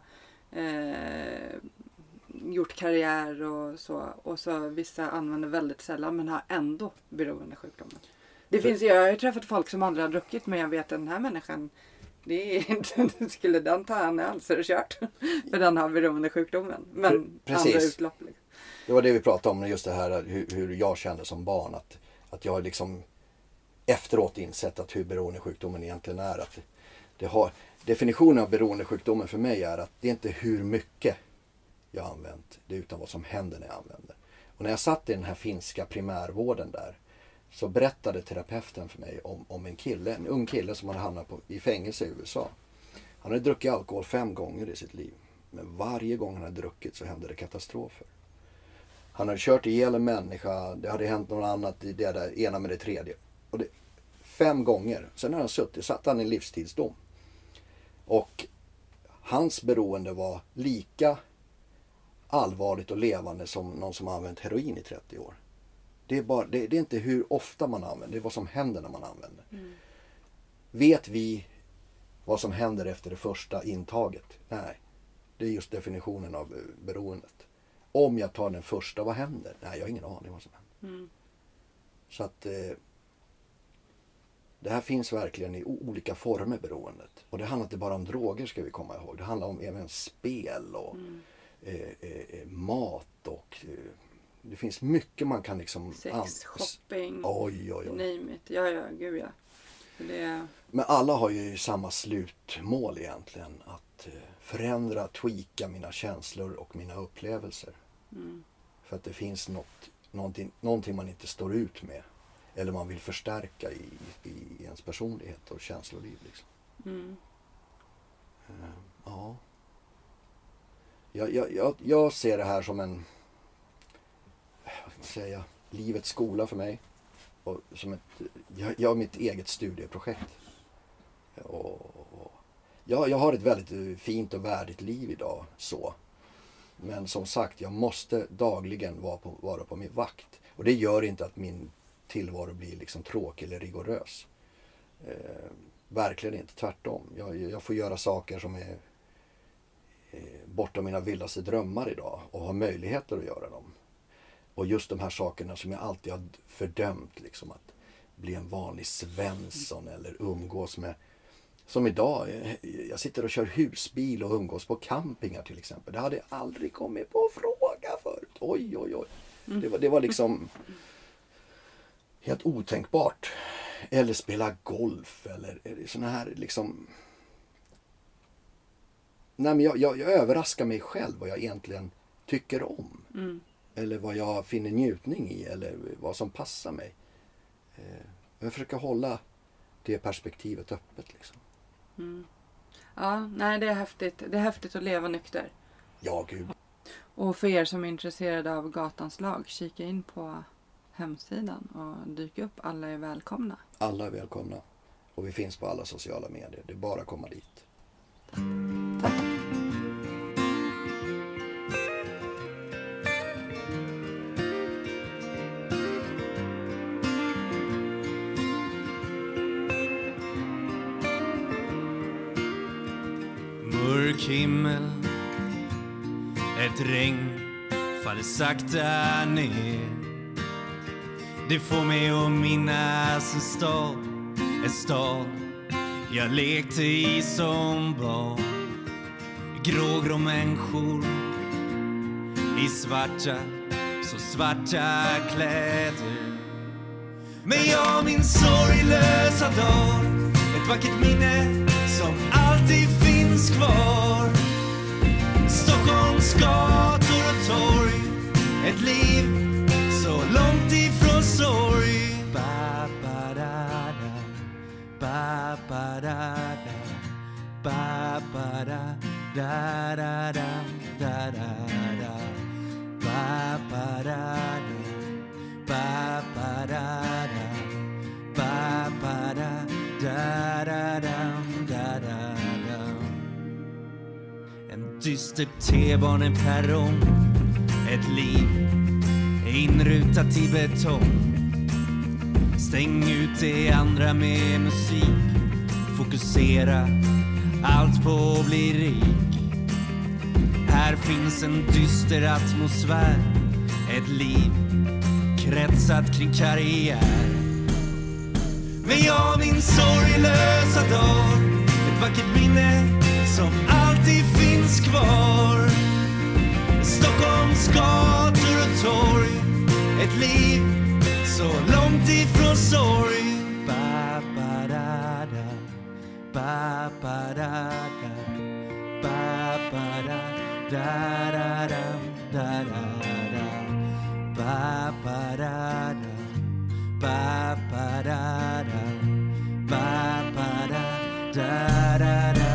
eh, gjort karriär och så. Och så vissa använder väldigt sällan men har ändå beroendesjukdomen. Det finns, jag har ju träffat folk som aldrig har druckit men jag vet att den här människan, det är inte, skulle den ta en öl så är det kört. För den har beroendesjukdomen. Men precis. Andra utlopp. Liksom. Det var det vi pratade om, just det här hur, hur jag kände som barn. Att, att jag liksom efteråt insett att hur beroendesjukdomen egentligen är. Att det, det har, definitionen av beroendesjukdomen för mig är att det är inte hur mycket jag har använt, det är utan vad som händer när jag använder. Och när jag satt i den här finska primärvården där så berättade terapeuten för mig om, om en kille, en ung kille som hade hamnat på, i fängelse i U S A. Han hade druckit alkohol fem gånger i sitt liv. Men varje gång han hade druckit så hände det katastrofer. Han hade kört ihjäl en människa, det hade hänt något annat, det där ena med det tredje. Och det, fem gånger. Sen har han suttit, satt han i livstidsdom. Och hans beroende var lika allvarligt och levande som någon som har använt heroin i trettio år. Det är, bara, det, det är inte hur ofta man använder, det är vad som händer när man använder. Mm. Vet vi vad som händer efter det första intaget? Nej, det är just definitionen av beroendet. Om jag tar den första, vad händer? Nej, jag har ingen aning vad som händer. Mm. Så att eh, det här finns verkligen i olika former beroendet. Och det handlar inte bara om droger, ska vi komma ihåg. Det handlar om även spel och mm. eh, eh, mat och eh, det finns mycket man kan liksom... Sex, an- shopping, oj, oj, oj. name it. Ja, ja, gud ja. Det... Men alla har ju samma slutmål egentligen. Att förändra, tweaka mina känslor och mina upplevelser. Mm. För att det finns något, någonting, någonting man inte står ut med. Eller man vill förstärka i, i ens personlighet och känsloliv. Liksom. Mm. Uh, ja. Jag, jag, jag, jag ser det här som en, vad ska man säga, livets skola för mig. Och som ett, jag, jag har mitt eget studieprojekt. Och, och, jag, jag har ett väldigt fint och värdigt liv idag. Så. Men som sagt, jag måste dagligen vara på, vara på min vakt. Och det gör inte att min tillvaro blir liksom tråkig eller rigorös. Eh, verkligen inte, tvärtom. Jag, jag får göra saker som är eh, bortom mina vildaste drömmar idag. Och har möjligheter att göra dem. Och just de här sakerna som jag alltid har fördömt. Liksom att bli en vanlig Svensson eller umgås med. Som idag, jag sitter och kör husbil och umgås på campingar till exempel. Det hade jag aldrig kommit på att fråga förut. Oj, oj, oj. Det var, det var liksom helt otänkbart. Eller spela golf eller såna här liksom... Nej, men jag, jag, jag överraskar mig själv vad jag egentligen tycker om. Mm. Eller vad jag finner njutning i eller vad som passar mig. Jag försöker hålla det perspektivet öppet liksom. Mm. Ja, nej det är häftigt. Det är häftigt att leva nykter. Ja, gud. Och för er som är intresserade av Gatans lag, kika in på hemsidan och dyk upp. Alla är välkomna. Alla är välkomna. Och vi finns på alla sociala medier. Det är bara att komma dit. Tack. Mörk himmel, ett regn faller sakta ner. Det får mig att minnas en stad, en stad jag lekte i som barn. Grågrå människor i svarta, så svarta kläder. Men jag min sorglösa dag, ett vackert minne som alltid finns kvar. Stockholms gator och torg, ett liv så långt ifrån sorg. Ba ba da da, ba ba da da, ba ba da da da da da da, ba ba da da, ba ba da da, ba ba da da da da da. En dyster T-baneperrong, ett liv inrutat i betong. Stäng ut det andra med musik, fokusera allt på att bli rik. Här finns en dyster atmosfär, ett liv kretsat kring karriär. Men jag min sorglösa dag, ett vackert minne som alltid finns kvar. Stockholms gator och torg, ett liv så långt ifrån sorg. Ba ba da da, ba ba da da, ba ba da da da da da da, ba ba da da, ba ba da da, ba ba da da da da.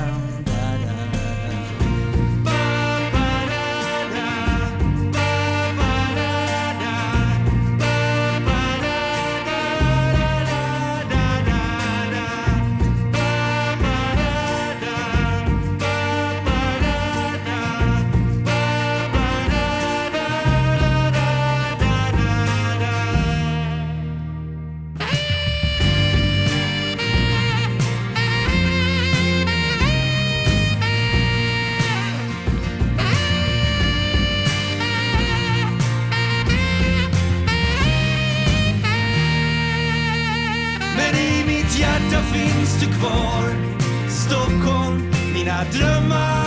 Finns du kvar, Stockholm, mina drömmar